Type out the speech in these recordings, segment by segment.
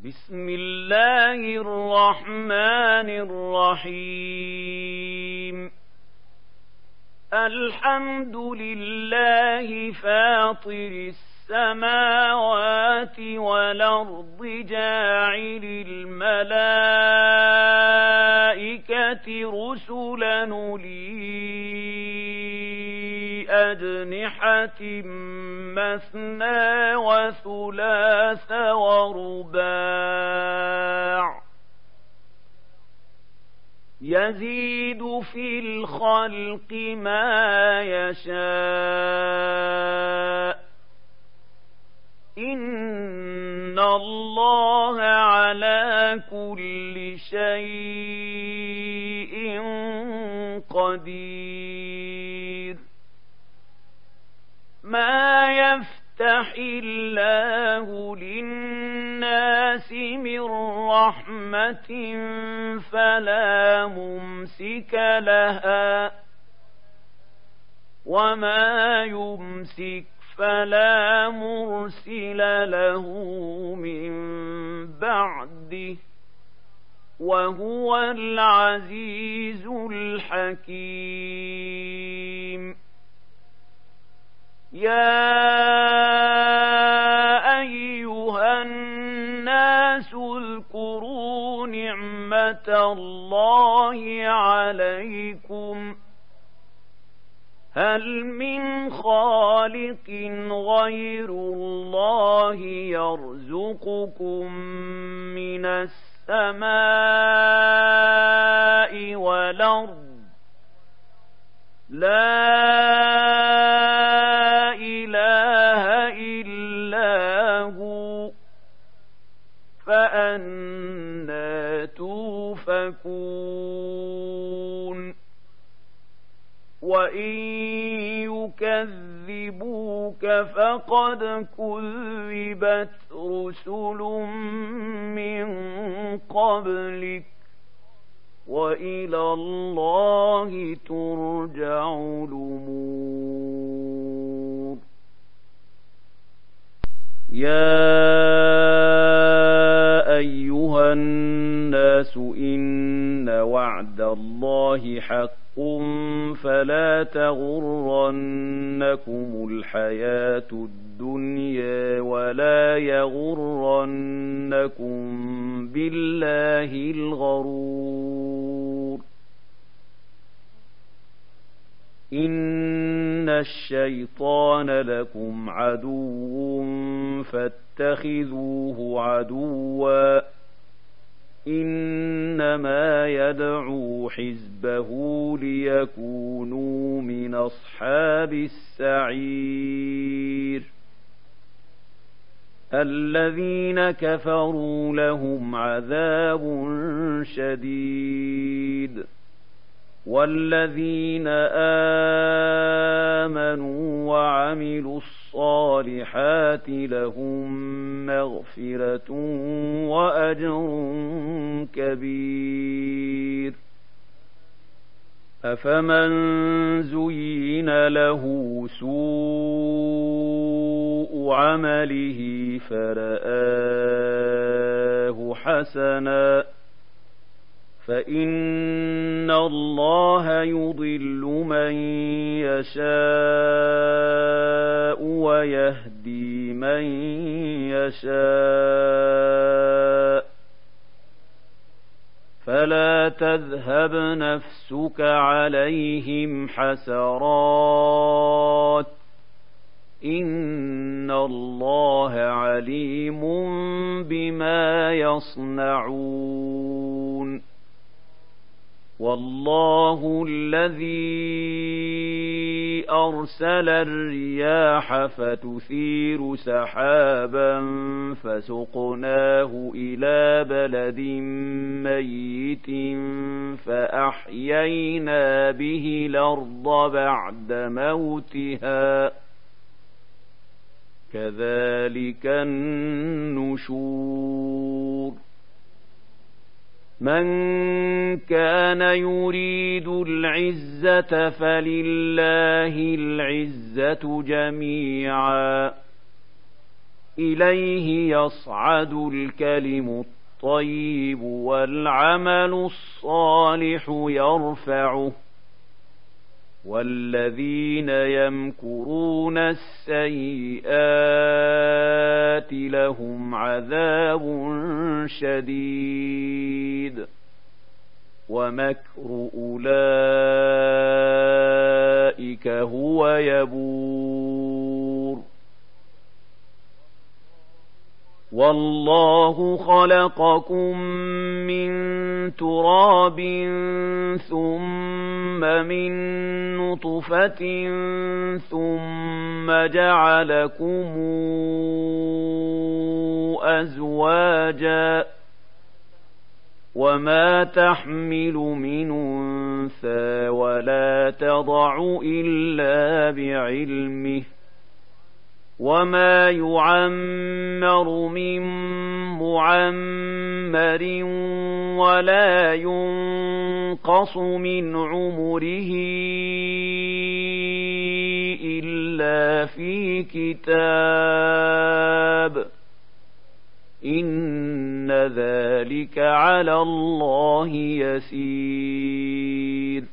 بسم الله الرحمن الرحيم. الحمد لله فاطر السماوات والأرض جاعل الملائكة رسلا أولي أجنحة مثنى وثلاث ورباع يزيد في الخلق ما يشاء إن الله على كل شيء قدير. ما يفتح الله للناس من رحمة فلا ممسك لها وما يمسك فلا مرسل له من بعده وهو العزيز الحكيم. يا أيها الناس اذكروا نعمة الله عليكم هل من خالق غير الله يرزقكم من السماء والأرض لا إله إلا هو فأنى توفكون. وإن يكذبوك فقد كذبت رسل من قبلك وإلى الله ترجع الأمور. يا أيها الناس إن وعد الله حق فلا تغرنكم الحياة الدنيا ولا يغرنكم بالله الغرور. إن الشيطان لكم عدو فاتخذوه عدوا إنما يدعو حزبه ليكونوا من أصحاب السعير. الذين كفروا لهم عذاب شديد والذين آمنوا وعملوا الصالحات لهم مغفرة وأجر كبير. أفمن زين له سوء عمله فرآه حسنا فإن الله يضل من يشاء ويهدي من يشاء فلا تذهب نفسك عليهم حسرات إن الله عليم بما يصنعون. والله الذي أرسل الرياح فتثير سحابا فسقناه إلى بلد ميت فأحيينا به الأرض بعد موتها كذلك النشور. من كان يريد العزة فلله العزة جميعا إليه يصعد الكلم الطيب والعمل الصالح يرفعه والذين يمكرون السيئات لهم عذاب شديد ومكر أولئك هو يبور والله خلقكم من تراب ثم من نطفة ثم جعلكم أزواجا وما تحمل من أنثى ولا تضع إلا بعلمه وما يعمر من معمر ولا ينقص من عمره إلا في كتاب إن ذلك على الله يسير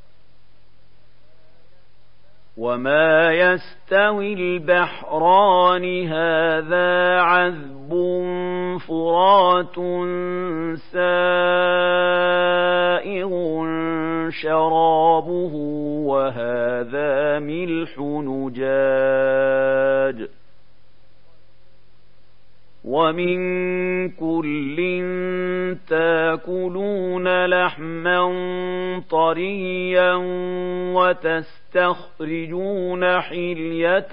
وما يستوي البحران هذا عذب فرات سائغ شرابه وهذا ملح نجاج ومن كل تاكلون لحما طريا وتستخرجون حلية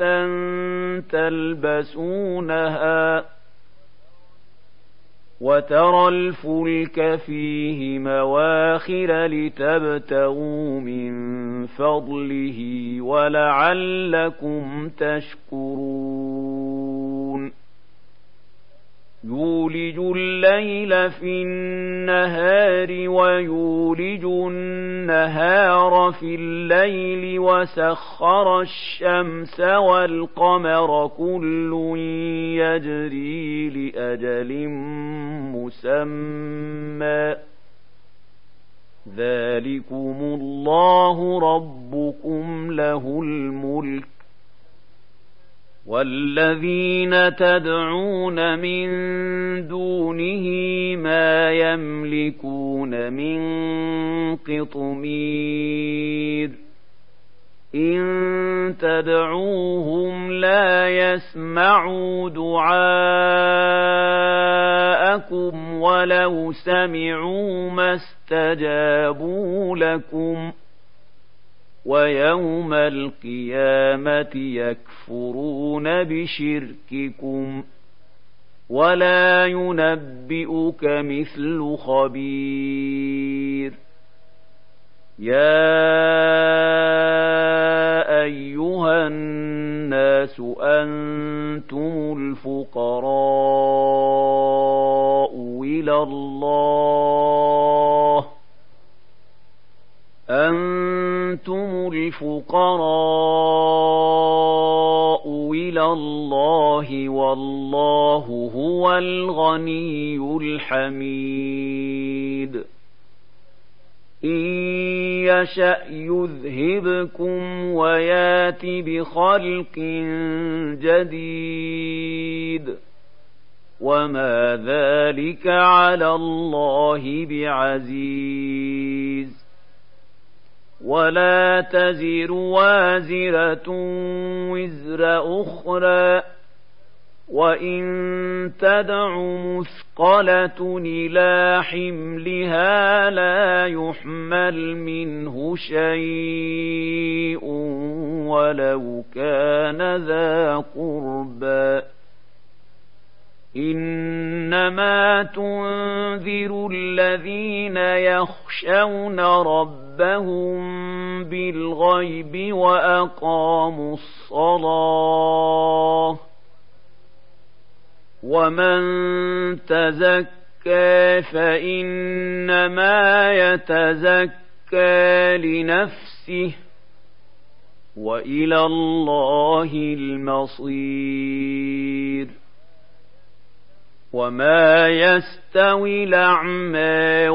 تلبسونها وترى الفلك فيه مواخر لتبتغوا من فضله ولعلكم تشكرون يولج الليل في النهار ويولج النهار في الليل وسخر الشمس والقمر كل يجري لأجل مسمى ذلكم الله ربكم له الملك والذين تدعون من دونه ما يملكون من قطمير إن تدعوهم لا يسمعوا دعاءكم ولو سمعوا ما استجابوا لكم ويوم القيامة يكفرون بشرككم ولا ينبئك مثل خبير يا أيها الناس أنتم الفقراء إلى الله أنتم الفقراء إلى الله والله هو الغني الحميد إن يشأ يذهبكم ويات بخلق جديد وما ذلك على الله بعزيز ولا تزر وازرة وزر أخرى وإن تدع مثقلة إلى حملها لا يحمل منه شيء ولو كان ذا قربى إنما تنذر الذين يخشون ربهم بالغيب وأقاموا الصلاة ومن تزكى فإنما يتزكى لنفسه وإلى الله المصير وما يستوي الأعمى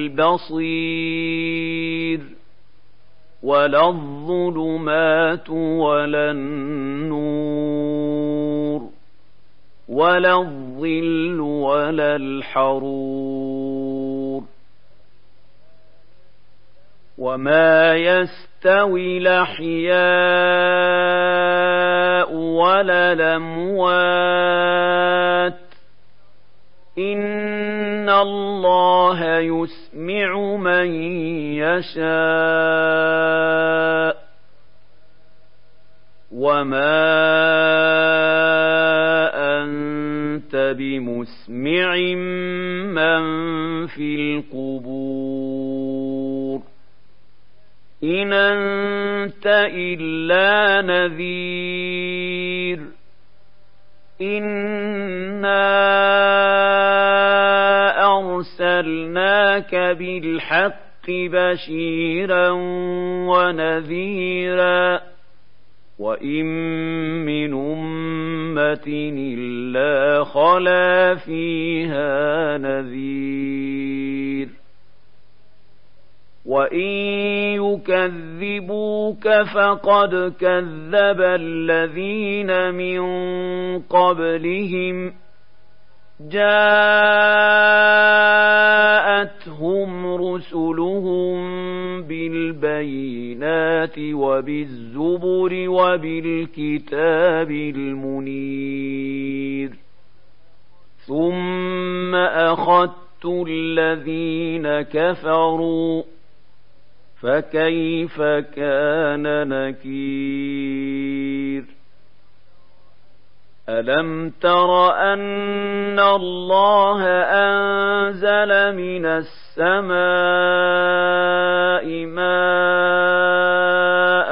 والبصير ولا الظلمات ولا النور ولا الظل ولا الحرور وما يستوي الأحياء ولا الأموات إن الله يسمع من يشاء وما أنت بمسمع من في القبور إن أنت إلا نذير إنا أرسلناك بالحق بشيرا ونذيرا وإن من أمة إلا خلا فيها نذير وإن يكذبوك فقد كذب الذين من قبلهم جاءتهم رسلهم بالبينات وبالزبر وبالكتاب المنير ثم أخذت الذين كفروا فكيف كان نكير ألم تر أن الله أنزل من السماء ماء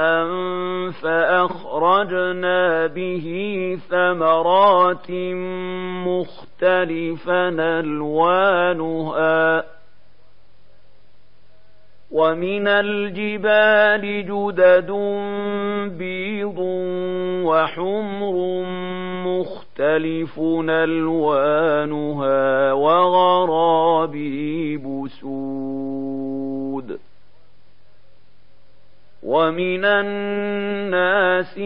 فأخرجنا به ثمرات مختلفا ألوانها ومن الجبال جدد بيض وحمر مختلف ألوانها وغرابيب سود ومن الناس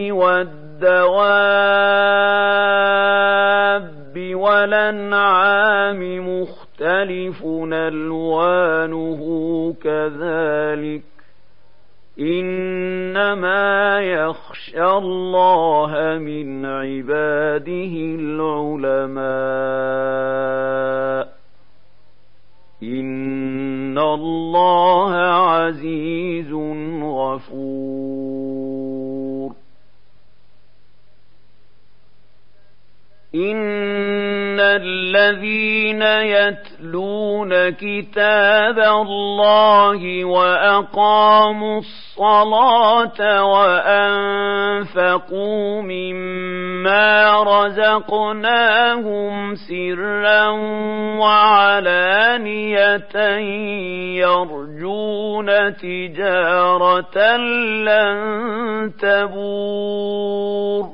والدواب والأنعام مختلف ألوانه كذلك إنما يخشى الله من عباده العلماء إن الله عزيز غفور إن الذين يتلون كتاب الله وأقاموا الصلاة وأنفقوا مما رزقناهم سرا وعلانية يرجون تجارة لن تبور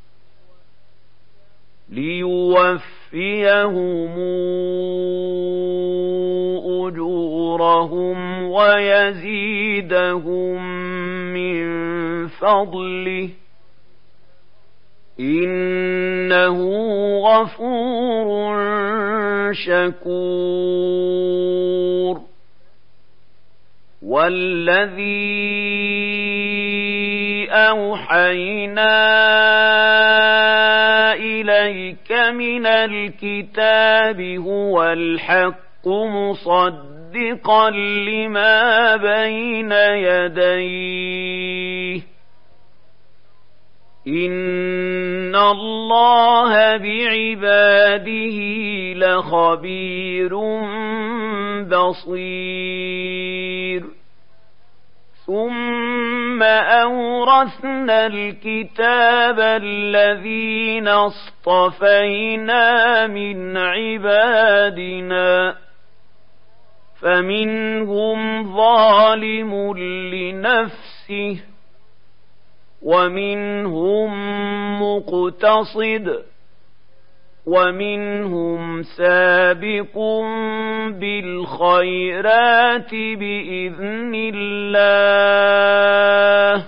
ليوفيهم أجورهم ويزيدهم من فضله إنه غفور شكور والذي أوحينا إليك من الكتاب هو الحق مصدقا لما بين يديه إن الله بعباده لخبير بصير ثم أورثنا الكتاب الذين اصطفينا من عبادنا فمنهم ظالم لنفسه ومنهم مقتصد ومنهم سابق بالخيرات بإذن الله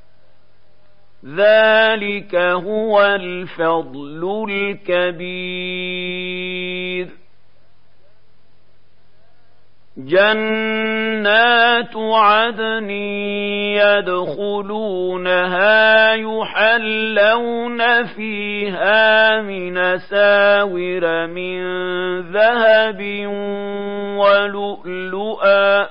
ذلك هو الفضل الكبير جنات عدن يدخلونها يحلون فيها من ساور من ذهب ولؤلؤا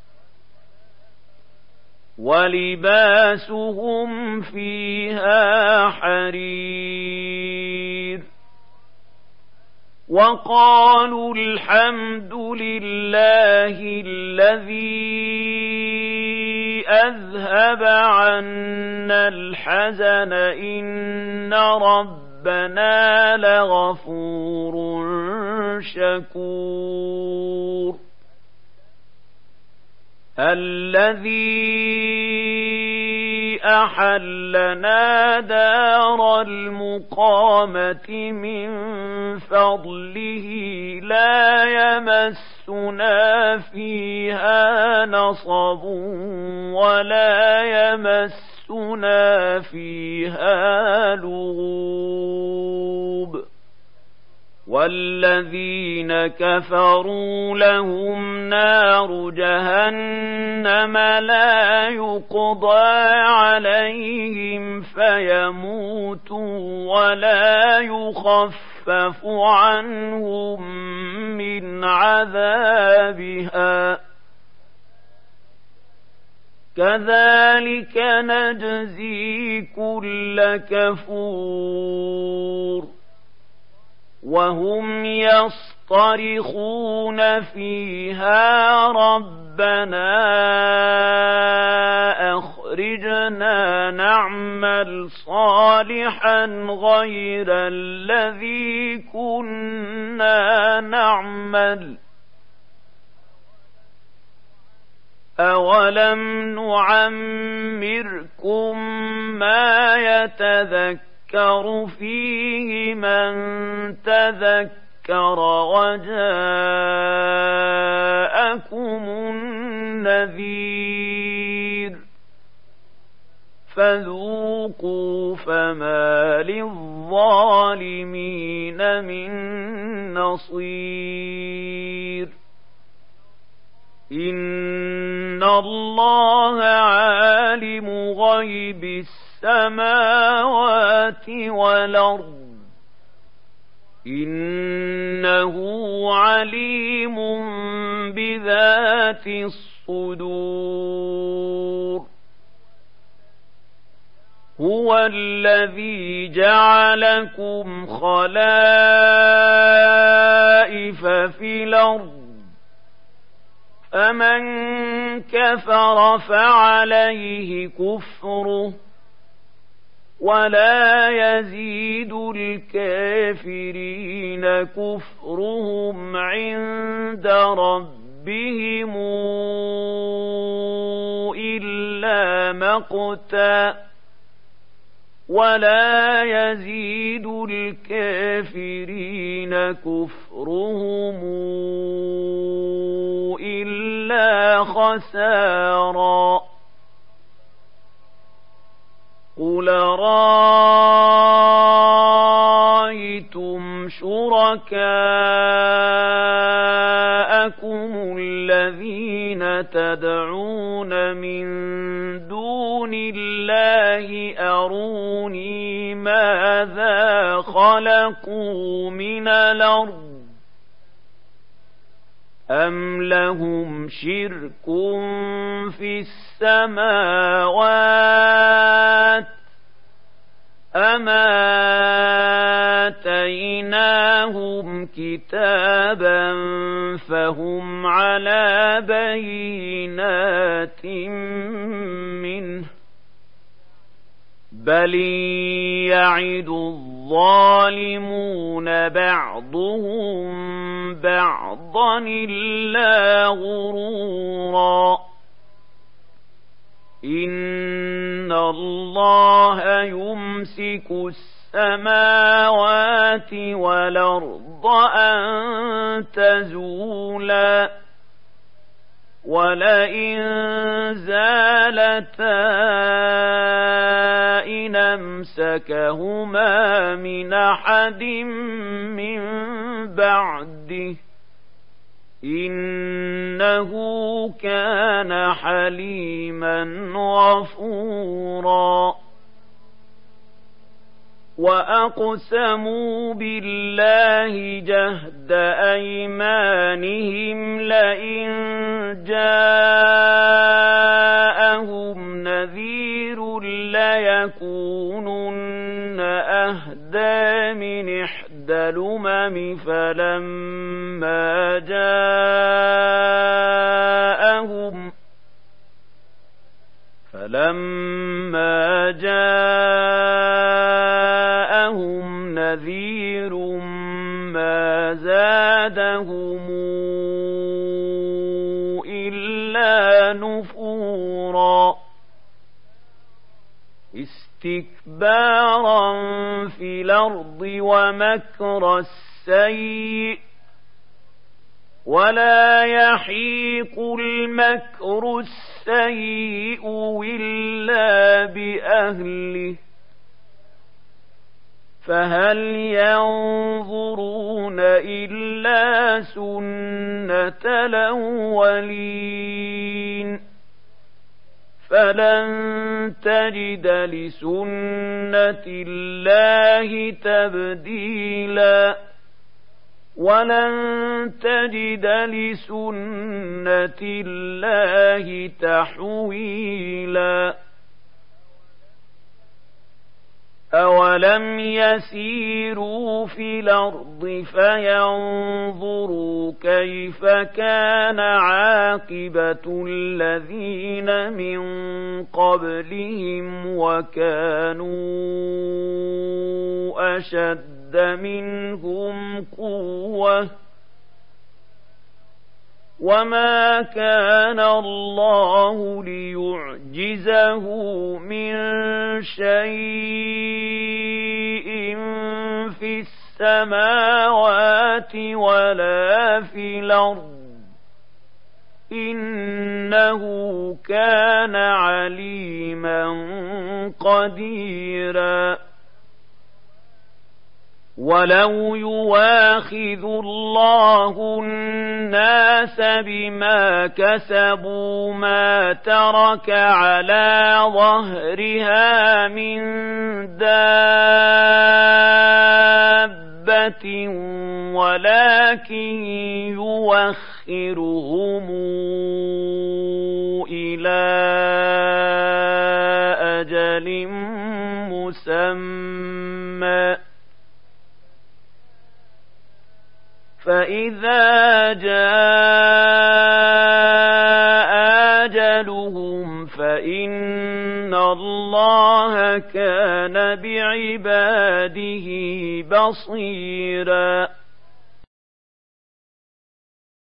ولباسهم فيها حرير وقالوا الحمد لله الذي أذهب عنا الحزن إن ربنا لغفور شكور الذي أحلنا دار المقامة من فضله لا يمسنا فيها نصب ولا يمسنا فيها لغوب والذين كفروا لهم نار جهنم لا يقضى عليهم فيموتوا ولا يخفف عنهم من عذابها كذلك نجزي كل كفور وهم يصطرخون فيها ربنا أخرجنا نعمل صالحا غير الذي كنا نعمل أولم نعمركم ما يتذكر فيه من تذكر وجاءكم النذير فذوقوا فما للظالمين من نصير إن الله عالم غيب السماوات والأرض إنه عليم بذات الصدور هو الذي جعلكم خلائف في الأرض فمن كفر فعليه كفره ولا يزيد الكافرين كفرهم عند ربهم إلا مقتا ولا يزيد الكافرين كفرهم إلا خسارا قل رأيتم شركاءكم الذين تدعون من دون الله أروني ماذا خلقوا من الأرض أم لهم شرك في السماوات أم آتيناهم كتابا فهم على بينات منه بل يعد الظالمون بعضهم بعضا إلا غرورا إن الله يمسك السماوات والأرض أن تزولا ولئن زالتا إن أمسكهما من أحد من بعده إنه كان حليما غفورا وأقسموا بالله جهد أيمانهم لئن جاءهم نذير ليكونن أهدى من إحدى الأمم فلما جاءهم نذير ما زادهم إلا نفورا استكبارا في الأرض ومكر السيء ولا يحيق المكر السيء إلا بأهله فهل ينظرون إلا سنة الأولين فلن تجد لسنة الله تبديلا ولن تجد لسنة الله تحويلا أولم يسيروا في الأرض فينظروا كيف كان عاقبة الذين من قبلهم وكانوا أشد منهم قوة وما كان الله ليعجزه من شيء في السماوات ولا في الأرض إنه كان عليما قديرا ولو يواخذ الله الناس بما كسبوا ما ترك على ظهرها من دابة ولكن يوخرهم إلى أجل مسمى فإذا جاء أجلهم فإن الله كان بعباده بصيرا